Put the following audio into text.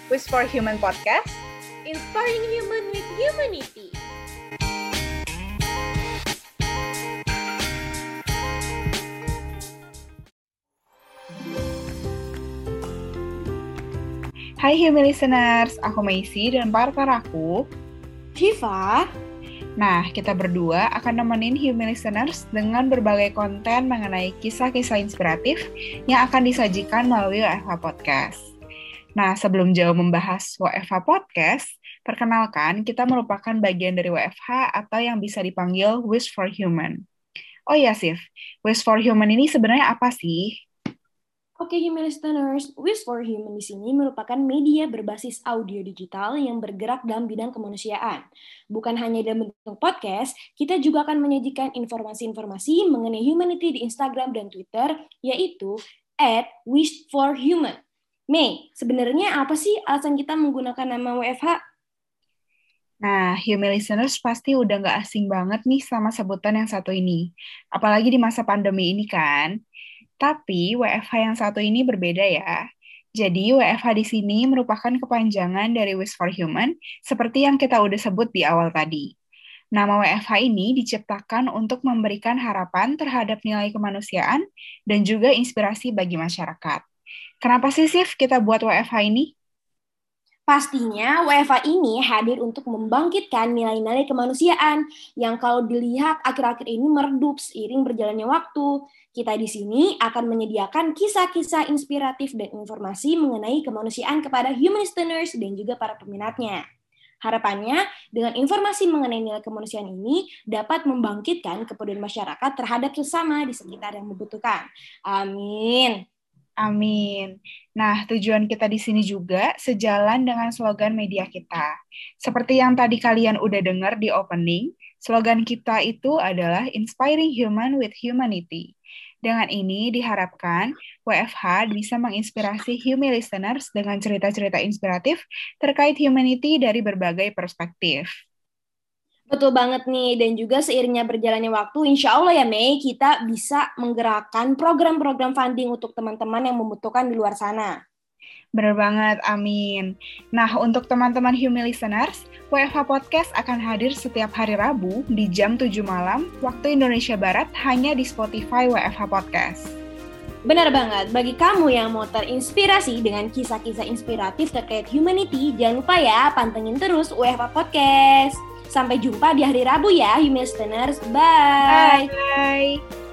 Wish for Human Podcast, inspiring human with humanity. Hai Human Listeners, aku Maisy dan partner aku, Shiva. Nah, kita berdua akan nemenin Human Listeners dengan berbagai konten mengenai kisah-kisah inspiratif yang akan disajikan melalui WFH Podcast. Nah, sebelum jauh membahas WFH Podcast, perkenalkan kita merupakan bagian dari WFH atau yang bisa dipanggil Wish for Human. Oh iya, Sif, Wish for Human ini sebenarnya apa sih? Oke, Human Listeners, Wish for Human di sini merupakan media berbasis audio digital yang bergerak dalam bidang kemanusiaan. Bukan hanya dalam bentuk podcast, kita juga akan menyajikan informasi-informasi mengenai humanity di Instagram dan Twitter, yaitu @wishforhuman. Mei, sebenarnya apa sih alasan kita menggunakan nama WFH? Nah, Human Listeners pasti udah nggak asing banget nih sama sebutan yang satu ini. Apalagi di masa pandemi ini kan. Tapi WFH yang satu ini berbeda ya. Jadi WFH di sini merupakan kepanjangan dari Wish for Human, seperti yang kita udah sebut di awal tadi. Nama WFH ini diciptakan untuk memberikan harapan terhadap nilai kemanusiaan dan juga inspirasi bagi masyarakat. Kenapa sih, Sif, kita buat WFH ini? Pastinya WFH ini hadir untuk membangkitkan nilai-nilai kemanusiaan yang kalau dilihat akhir-akhir ini meredup seiring berjalannya waktu. Kita di sini akan menyediakan kisah-kisah inspiratif dan informasi mengenai kemanusiaan kepada human listeners dan juga para peminatnya. Harapannya, dengan informasi mengenai nilai kemanusiaan ini dapat membangkitkan kepedulian masyarakat terhadap sesama di sekitar yang membutuhkan. Amin. Amin. Nah, tujuan kita di sini juga sejalan dengan slogan media kita. Seperti yang tadi kalian udah dengar di opening, slogan kita itu adalah Inspiring Human with Humanity. Dengan ini diharapkan WFH bisa menginspirasi human listeners dengan cerita-cerita inspiratif terkait humanity dari berbagai perspektif. Betul banget nih, dan juga seiringnya berjalannya waktu, insya Allah ya Mei, kita bisa menggerakkan program-program funding untuk teman-teman yang membutuhkan di luar sana. Bener banget, amin. Nah, untuk teman-teman Human Listeners, WFH Podcast akan hadir setiap hari Rabu di jam 7 malam, waktu Indonesia Barat, hanya di Spotify WFH Podcast. Benar banget, bagi kamu yang mau terinspirasi dengan kisah-kisah inspiratif terkait humanity, jangan lupa ya, pantengin terus WFH Podcast. Sampai jumpa di hari Rabu ya, Human Listeners. Bye! Bye!